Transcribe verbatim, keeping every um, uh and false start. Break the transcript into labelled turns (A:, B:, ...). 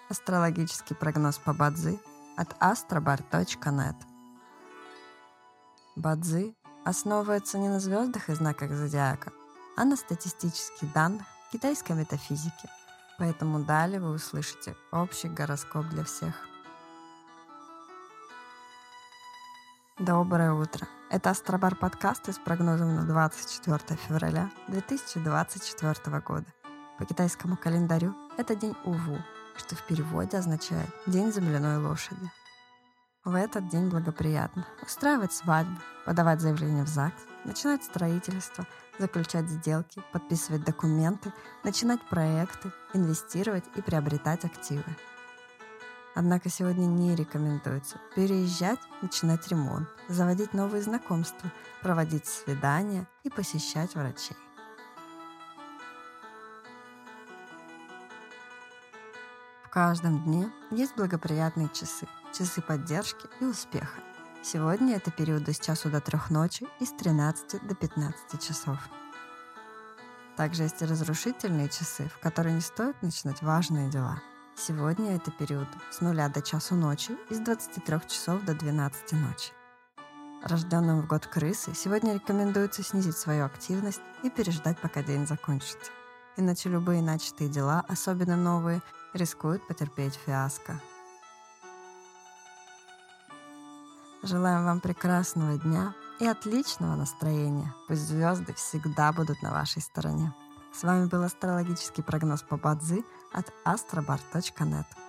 A: Астрологический прогноз по Бадзи от астробар точка нет. Бадзи основывается не на звездах и знаках зодиака, а на статистических данных китайской метафизики. Поэтому далее вы услышите общий гороскоп для всех. Доброе утро! Это Астробар подкасты с прогнозом на двадцать четвёртое февраля две тысячи двадцать четвёртого года. По китайскому календарю это день Уву, что в переводе означает «день земляной лошади». В этот день благоприятно устраивать свадьбы, подавать заявления в ЗАГС, начинать строительство, заключать сделки, подписывать документы, начинать проекты, инвестировать и приобретать активы. Однако сегодня не рекомендуется переезжать, начинать ремонт, заводить новые знакомства, проводить свидания и посещать врачей. В каждом дне есть благоприятные часы, часы поддержки и успеха. Сегодня это периоды с часу до трех ночи и с тринадцати до пятнадцати часов. Также есть и разрушительные часы, в которые не стоит начинать важные дела. Сегодня это период с нуля до часу ночи и с двадцати трёх часов до двенадцати ночи. Рожденным в год крысы сегодня рекомендуется снизить свою активность и переждать, пока день закончится. Иначе любые начатые дела, особенно новые, рискуют потерпеть фиаско. Желаем вам прекрасного дня и отличного настроения. Пусть звезды всегда будут на вашей стороне. С вами был астрологический прогноз по Бадзи от астробар точка нет.